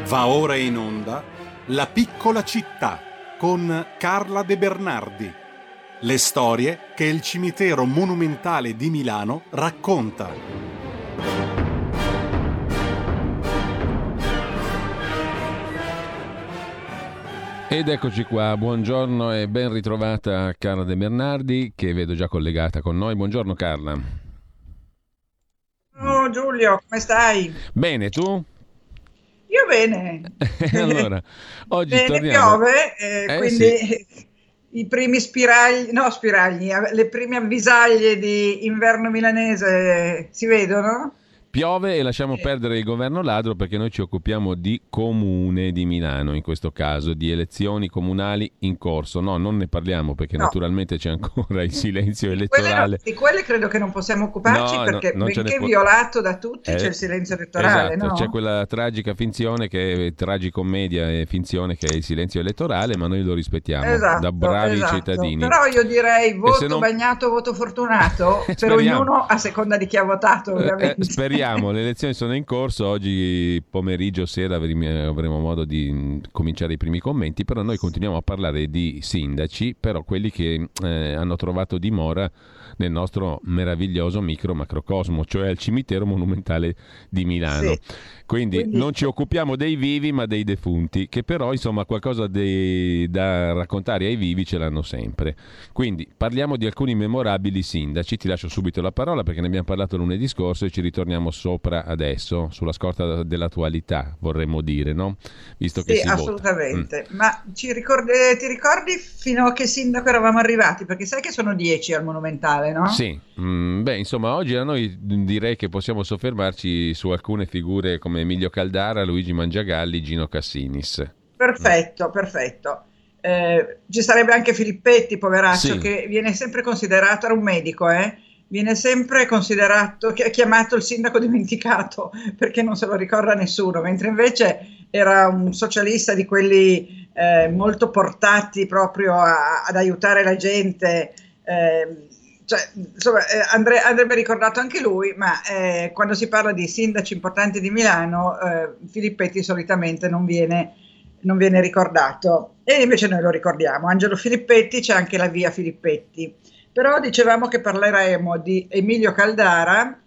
Va ora in onda La piccola città con Carla De Bernardi. Le storie che il cimitero monumentale di Milano racconta. Ed eccoci qua, buongiorno e ben ritrovata Carla De Bernardi, che vedo già collegata con noi. Buongiorno Carla. Oh Giulio, come stai? Bene, tu? Io bene. Allora, oggi Bene, torniamo. piove, quindi Sì. i primi spiragli, le prime avvisaglie di inverno milanese si vedono? Piove e lasciamo Eh, perdere il governo ladro perché noi ci occupiamo di comune di Milano, in questo caso, di elezioni comunali in corso. No, non ne parliamo perché no, naturalmente c'è ancora il silenzio di quelle, elettorale. di quelle credo che non possiamo occuparci No, no, perché non ce ne benché può. violato da tutti c'è il silenzio elettorale, Esatto, c'è no? quella tragica finzione che è tragicommedia e finzione che è il silenzio elettorale, ma noi lo rispettiamo da Esatto, bravi esatto. cittadini. Però io direi E se voto non bagnato, voto fortunato, per speriamo. ognuno a seconda di chi ha votato, ovviamente. Speriamo, le elezioni sono in corso, oggi pomeriggio, sera avremo modo di cominciare i primi commenti, però noi continuiamo a parlare di sindaci, però quelli che hanno trovato dimora nel nostro meraviglioso macrocosmo, cioè al cimitero monumentale di Milano. Sì, Quindi quindi non ci occupiamo dei vivi ma dei defunti, che però insomma qualcosa da raccontare ai vivi ce l'hanno sempre. Quindi parliamo di alcuni memorabili sindaci, ti lascio subito la parola perché ne abbiamo parlato lunedì scorso e ci ritorniamo sopra adesso, sulla scorta dell'attualità vorremmo dire, no? Visto che sì, si vota. assolutamente. Ma ti ricordi fino a che sindaco eravamo arrivati? Perché sai che sono 10 al Monumentale, no? Sì, beh, insomma, oggi a noi direi che possiamo soffermarci su alcune figure come Emilio Caldara, Luigi Mangiagalli, Gino Cassinis. Mm. Perfetto, perfetto. Ci sarebbe anche Filippetti, poveraccio, Sì, che viene sempre considerato, era un medico, viene sempre considerato, chiamato il sindaco dimenticato, perché non se lo ricorda nessuno, mentre invece era un socialista di quelli molto portati proprio ad aiutare la gente. Cioè, insomma, andrebbe ricordato anche lui, ma quando si parla di sindaci importanti di Milano, Filippetti solitamente non viene ricordato, e invece noi lo ricordiamo. Angelo Filippetti, c'è anche la via Filippetti. Però dicevamo che parleremo di Emilio Caldara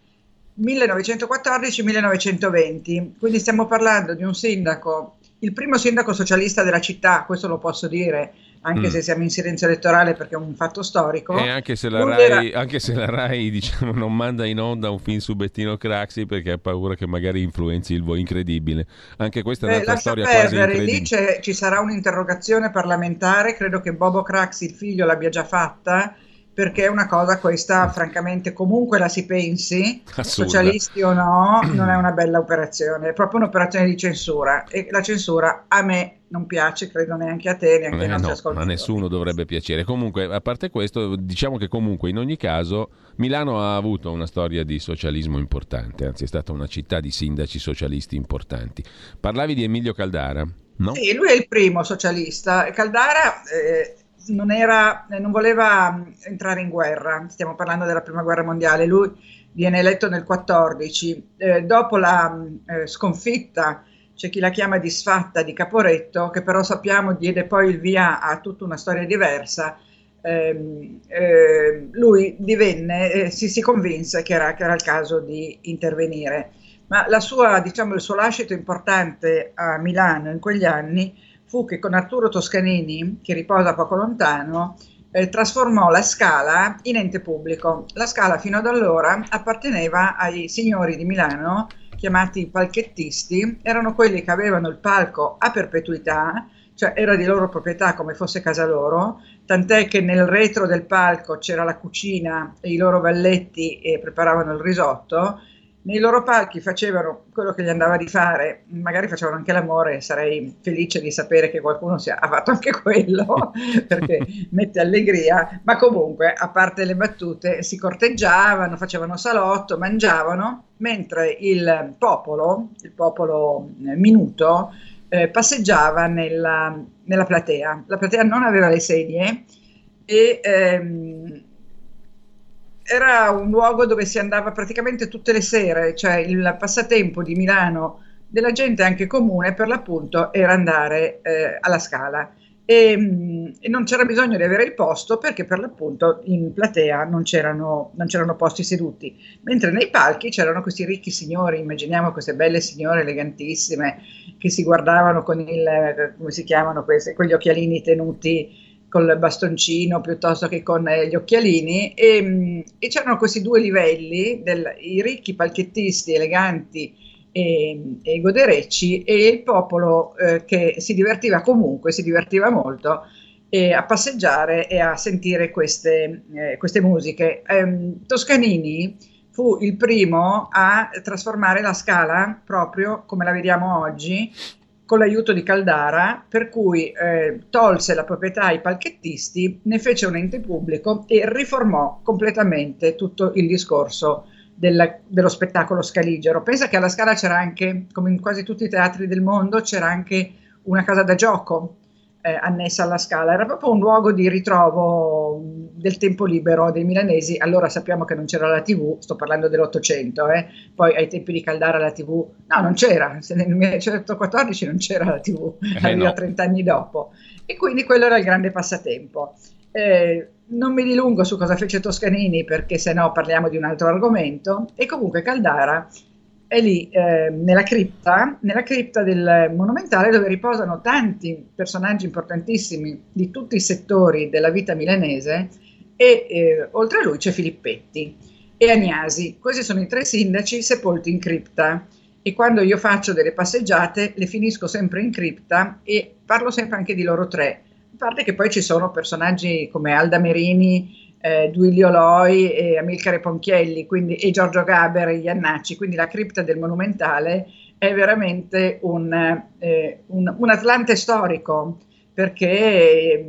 1914-1920, quindi stiamo parlando di un sindaco, il primo sindaco socialista della città, questo lo posso dire, anche mm. se siamo in silenzio elettorale perché è un fatto E storico. anche se Lui era la Rai, diciamo, non manda in onda un film su Bettino Craxi perché ha paura che magari influenzi il voi incredibile. Anche questa è un'altra lascia storia quasi perdere, lì incredibile. ci sarà un'interrogazione parlamentare, credo che Bobo Craxi, il figlio, l'abbia già fatta, perché è una cosa questa, francamente, comunque la si pensi, Assurda. socialisti o no, non è una bella operazione, è proprio un'operazione di censura, e la censura a me non piace, credo neanche a te, neanche ai nostri No, ma a ascoltatori. nessuno dovrebbe piacere. Comunque, a parte questo, diciamo che comunque in ogni caso Milano ha avuto una storia di socialismo importante, anzi è stata una città di sindaci socialisti importanti. Parlavi di Emilio Caldara, no? Sì, lui è il primo socialista. Caldara non voleva entrare in guerra, stiamo parlando della prima guerra mondiale, lui viene eletto nel 14, dopo la sconfitta, c'è chi la chiama disfatta di Caporetto, che però sappiamo diede poi il via a tutta una storia diversa. Lui si convinse che era il caso di intervenire. Ma diciamo, il suo lascito importante a Milano in quegli anni fu che con Arturo Toscanini, che riposa poco lontano, trasformò la Scala in ente pubblico. La Scala fino ad allora apparteneva ai signori di Milano, chiamati palchettisti, erano quelli che avevano il palco a perpetuità, cioè era di loro proprietà come fosse casa loro, tant'è che nel retro del palco c'era la cucina e i loro valletti preparavano il risotto. Nei loro palchi facevano quello che gli andava di fare, magari facevano anche l'amore, sarei felice di sapere che qualcuno ha fatto anche quello, perché mette allegria, ma comunque, a parte le battute, si corteggiavano, facevano salotto, mangiavano, mentre il popolo minuto, passeggiava nella platea. La platea non aveva le sedie e era un luogo dove si andava praticamente tutte le sere, cioè il passatempo di Milano della gente anche comune, per l'appunto, era andare alla Scala. E non c'era bisogno di avere il posto perché per l'appunto in platea non c'erano posti seduti, mentre nei palchi c'erano questi ricchi signori, immaginiamo queste belle signore elegantissime che si guardavano con come si chiamano questi, con gli occhialini tenuti col bastoncino piuttosto che con gli occhialini, e c'erano questi due livelli, i ricchi palchettisti eleganti e goderecci, e il popolo che si divertiva comunque, si divertiva molto a passeggiare e a sentire queste musiche. Toscanini fu il primo a trasformare la Scala proprio come la vediamo oggi, con l'aiuto di Caldara, per cui tolse la proprietà ai palchettisti, ne fece un ente pubblico e riformò completamente tutto il discorso dello spettacolo scaligero. Pensa che alla Scala c'era anche, come in quasi tutti i teatri del mondo, c'era anche una casa da gioco annessa alla Scala. Era proprio un luogo di ritrovo del tempo libero dei milanesi. Allora sappiamo che non c'era la TV, sto parlando dell'Ottocento, poi ai tempi di Caldara la TV, no, non c'era, nel 1914 non c'era la TV, arriva 30 anni dopo, e quindi quello era il grande passatempo. Non mi dilungo su cosa fece Toscanini perché sennò parliamo di un altro argomento, e comunque Caldara è lì nella cripta del Monumentale, dove riposano tanti personaggi importantissimi di tutti i settori della vita milanese, e oltre a lui c'è Filippetti e Agnasi. Questi sono i tre sindaci sepolti in cripta, e quando io faccio delle passeggiate le finisco sempre in cripta e parlo sempre anche di loro tre. A parte che poi ci sono personaggi come Alda Merini, Duilio Loi e Amilcare Ponchielli, e Giorgio Gaber e Iannacci, quindi la cripta del Monumentale è veramente un Atlante storico, perché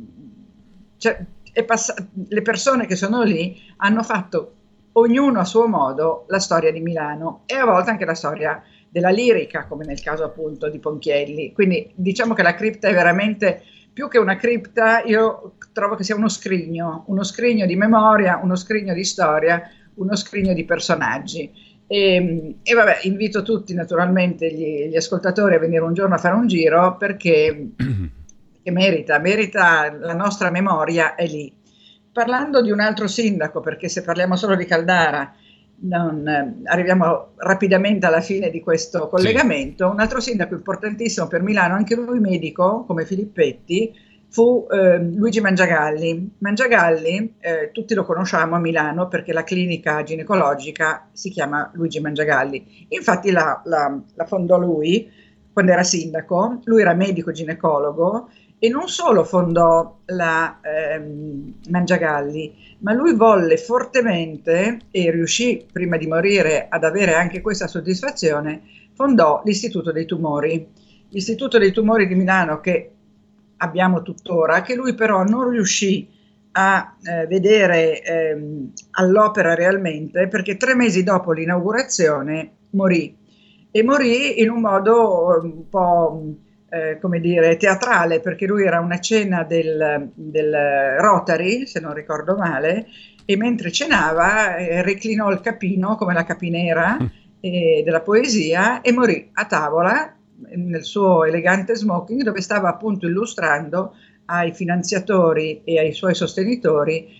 le persone che sono lì hanno fatto ognuno a suo modo la storia di Milano, e a volte anche la storia della lirica, come nel caso appunto di Ponchielli. Quindi diciamo che la cripta è veramente, più che una cripta, io trovo che sia uno scrigno di memoria, uno scrigno di storia, uno scrigno di personaggi. E vabbè, invito tutti naturalmente gli ascoltatori a venire un giorno a fare un giro, perché merita, la nostra memoria è lì. Parlando di un altro sindaco, perché se parliamo solo di Caldara arriviamo rapidamente alla fine di questo collegamento, un altro sindaco importantissimo per Milano, anche lui medico come Filippetti, fu Luigi Mangiagalli. Mangiagalli, tutti lo conosciamo a Milano perché la clinica ginecologica si chiama Luigi Mangiagalli. Infatti la fondò lui quando era sindaco. Lui era medico ginecologo, e non solo fondò la Mangiagalli, ma lui volle fortemente, e riuscì prima di morire ad avere anche questa soddisfazione, fondò l'Istituto dei Tumori. L'Istituto dei Tumori di Milano, che abbiamo tuttora, che lui però non riuscì a vedere all'opera realmente, perché 3 mesi dopo l'inaugurazione morì, e morì in un modo un po' come dire, teatrale, perché lui era a una cena del Rotary, se non ricordo male, e mentre cenava reclinò il capino, come la capinera della poesia, e morì a tavola nel suo elegante smoking, dove stava appunto illustrando ai finanziatori e ai suoi sostenitori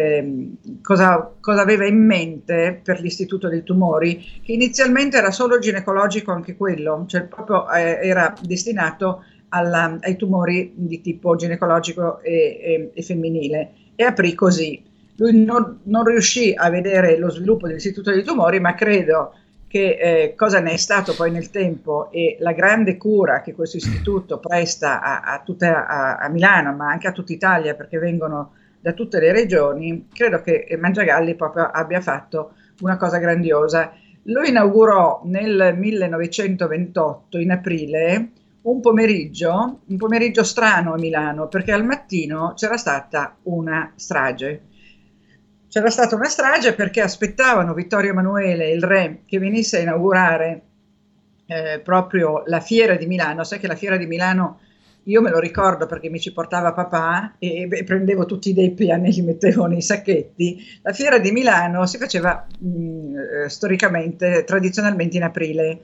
cosa aveva in mente per l'Istituto dei Tumori, che inizialmente era solo ginecologico anche quello, cioè proprio era destinato ai tumori di tipo ginecologico e femminile, e aprì così. Lui non riuscì a vedere lo sviluppo dell'Istituto dei Tumori, ma credo che cosa ne è stato poi nel tempo, e la grande cura che questo istituto presta a Milano, ma anche a tutta Italia, perché vengono da tutte le regioni, credo che Mangiagalli proprio abbia fatto una cosa grandiosa. Lo inaugurò nel 1928, in aprile, un pomeriggio strano a Milano, perché al mattino c'era stata una strage. C'era stata una strage perché aspettavano Vittorio Emanuele, il re, che venisse a inaugurare proprio la Fiera di Milano. Sai che la Fiera di Milano, io me lo ricordo perché mi ci portava papà e prendevo tutti i Deplian e li mettevo nei sacchetti. La Fiera di Milano si faceva storicamente, tradizionalmente in aprile.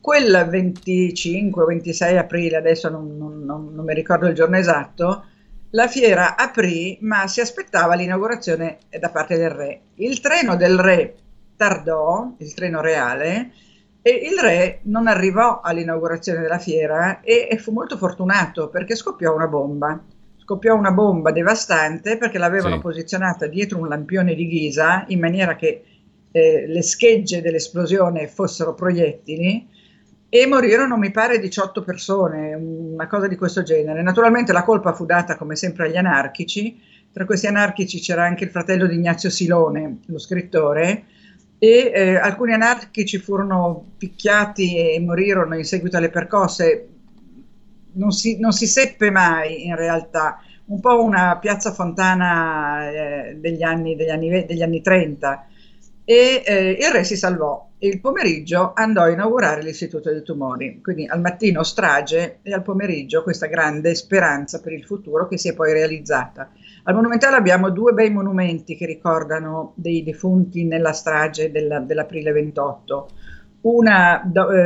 Quel 25 o 26 aprile, adesso non mi ricordo il giorno esatto, la fiera aprì, ma si aspettava l'inaugurazione da parte del re. Il treno del re tardò, il treno reale, e il re non arrivò all'inaugurazione della fiera e fu molto fortunato perché scoppiò una bomba. Scoppiò una bomba devastante perché l'avevano posizionata dietro un lampione di ghisa in maniera che le schegge dell'esplosione fossero proiettili e morirono, mi pare, 18 persone, una cosa di questo genere. Naturalmente la colpa fu data come sempre agli anarchici. Tra questi anarchici c'era anche il fratello di Ignazio Silone, lo scrittore, e alcuni anarchici furono picchiati e morirono in seguito alle percosse. Non si seppe mai in realtà, un po' una piazza Fontana degli anni 30, e il re si salvò e il pomeriggio andò a inaugurare l'Istituto dei Tumori, quindi al mattino strage e al pomeriggio questa grande speranza per il futuro che si è poi realizzata. Al Monumentale abbiamo due bei monumenti che ricordano dei defunti nella strage dell'aprile 28, una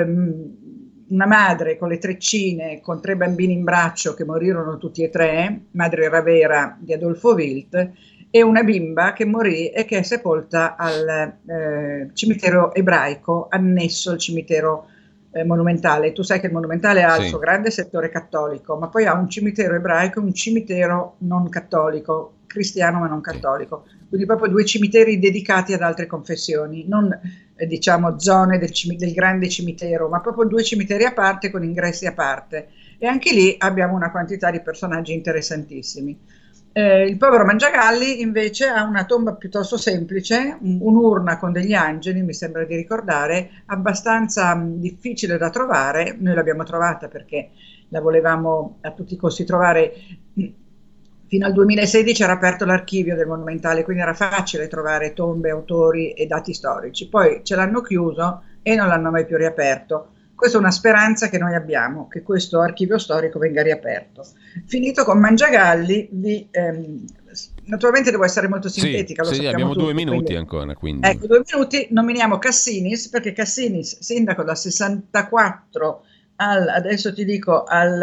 madre con le treccine, con 3 bambini in braccio che morirono tutti e 3, madre Ravera di Adolfo Wild, e una bimba che morì e che è sepolta al cimitero ebraico annesso al cimitero monumentale. Tu sai che il Monumentale ha il suo grande settore cattolico, ma poi ha un cimitero ebraico e un cimitero non cattolico, cristiano ma non cattolico, quindi proprio 2 cimiteri dedicati ad altre confessioni, non diciamo zone del grande cimitero, ma proprio 2 cimiteri a parte con ingressi a parte, e anche lì abbiamo una quantità di personaggi interessantissimi. Il povero Mangiagalli invece ha una tomba piuttosto semplice, un'urna con degli angeli, mi sembra di ricordare, abbastanza difficile da trovare. Noi l'abbiamo trovata perché la volevamo a tutti i costi trovare. Fino al 2016 era aperto l'archivio del Monumentale, quindi era facile trovare tombe, autori e dati storici. Poi ce l'hanno chiuso e non l'hanno mai più riaperto. Questa è una speranza che noi abbiamo, che questo archivio storico venga riaperto. Finito con Mangiagalli, naturalmente devo essere molto sintetica. Sì, abbiamo tutti, 2 minuti quindi, ancora. Quindi. Ecco, 2 minuti, nominiamo Cassinis, perché Cassinis, sindaco dal 64 adesso ti dico,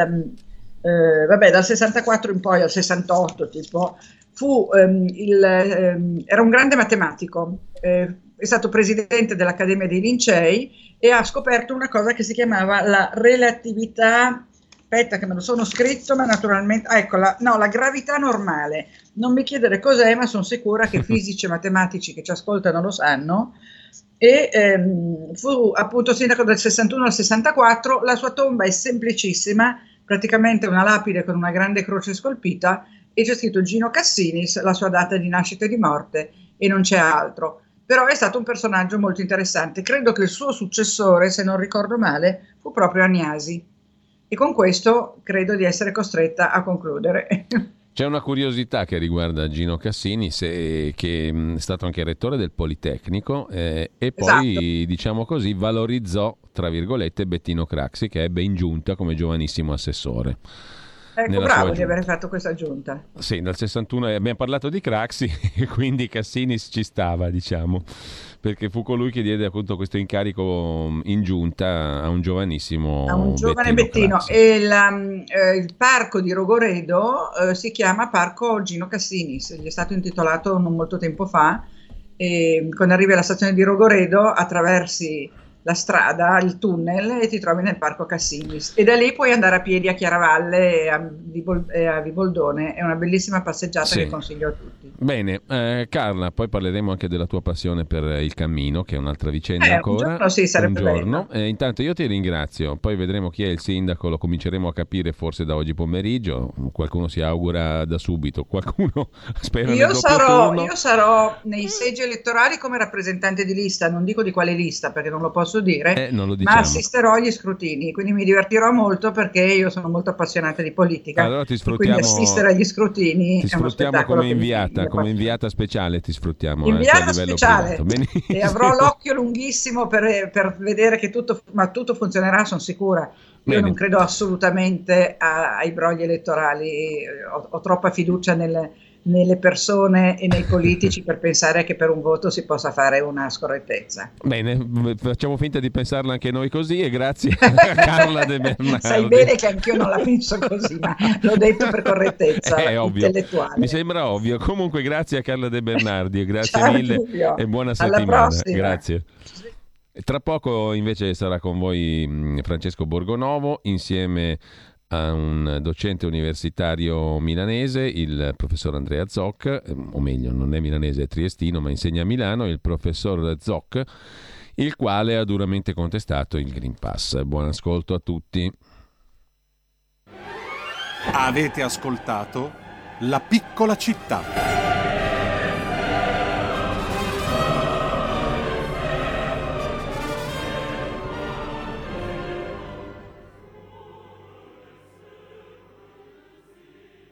dal 64 in poi al 68 tipo, era un grande matematico, è stato presidente dell'Accademia dei Lincei e ha scoperto una cosa che si chiamava la relatività, aspetta che me lo sono scritto, ma naturalmente, la gravità normale. Non mi chiedere cos'è, ma sono sicura che fisici e matematici che ci ascoltano lo sanno. E fu appunto sindaco dal 61 al 64, la sua tomba è semplicissima, praticamente una lapide con una grande croce scolpita, e c'è scritto Gino Cassinis, la sua data di nascita e di morte, e non c'è altro. Però è stato un personaggio molto interessante. Credo che il suo successore, se non ricordo male, fu proprio Agnasi. E con questo credo di essere costretta a concludere. C'è una curiosità che riguarda Gino Cassini, che è stato anche rettore del Politecnico e poi, diciamo così, valorizzò, tra virgolette, Bettino Craxi, che ebbe in giunta come giovanissimo assessore. Ecco, bravo di aver fatto questa aggiunta. Sì, dal 61 abbiamo parlato di Craxi, quindi Cassinis ci stava, diciamo, perché fu colui che diede appunto questo incarico in giunta a un giovanissimo Bettino. E il parco di Rogoredo si chiama Parco Gino Cassinis, gli è stato intitolato non molto tempo fa, e quando arrivi alla stazione di Rogoredo attraversi la strada, il tunnel, e ti trovi nel parco Cassinis, e da lì puoi andare a piedi a Chiaravalle e a Viboldone. È una bellissima passeggiata che consiglio a tutti. Bene, Carla, poi parleremo anche della tua passione per il cammino, che è un'altra vicenda ancora. Un giorno sì, sarebbe bello. Intanto io ti ringrazio, poi vedremo chi è il sindaco, lo cominceremo a capire forse da oggi pomeriggio, qualcuno si augura da subito, qualcuno spera nel doppio turno. Io sarò nei seggi elettorali come rappresentante di lista, non dico di quale lista perché non lo posso dire, non lo diciamo. Ma assisterò agli scrutini, quindi mi divertirò molto perché io sono molto appassionata di politica. Allora ti sfruttiamo, quindi assistere agli scrutini ti sfruttiamo come inviata speciale, ti sfruttiamo inviata speciale e avrò l'occhio lunghissimo per vedere che tutto funzionerà, sono sicura. Io non credo assolutamente ai brogli elettorali, ho troppa fiducia nelle persone e nei politici per pensare che per un voto si possa fare una scorrettezza. Bene, facciamo finta di pensarla anche noi così e grazie a Carla De Bernardi. Sai bene che anch'io non la penso così, ma l'ho detto per correttezza intellettuale. Mi sembra ovvio. Comunque grazie a Carla De Bernardi e grazie Ciao, mille Giulio. e buona Alla settimana. prossima. Grazie. Tra poco invece sarà con voi Francesco Borgonovo insieme a un docente universitario milanese, il professor Andrea Zoc, o meglio non è milanese, è triestino ma insegna a Milano, il professor Zoc, il quale ha duramente contestato il Green Pass. Buon ascolto a tutti. Avete ascoltato La Piccola Città.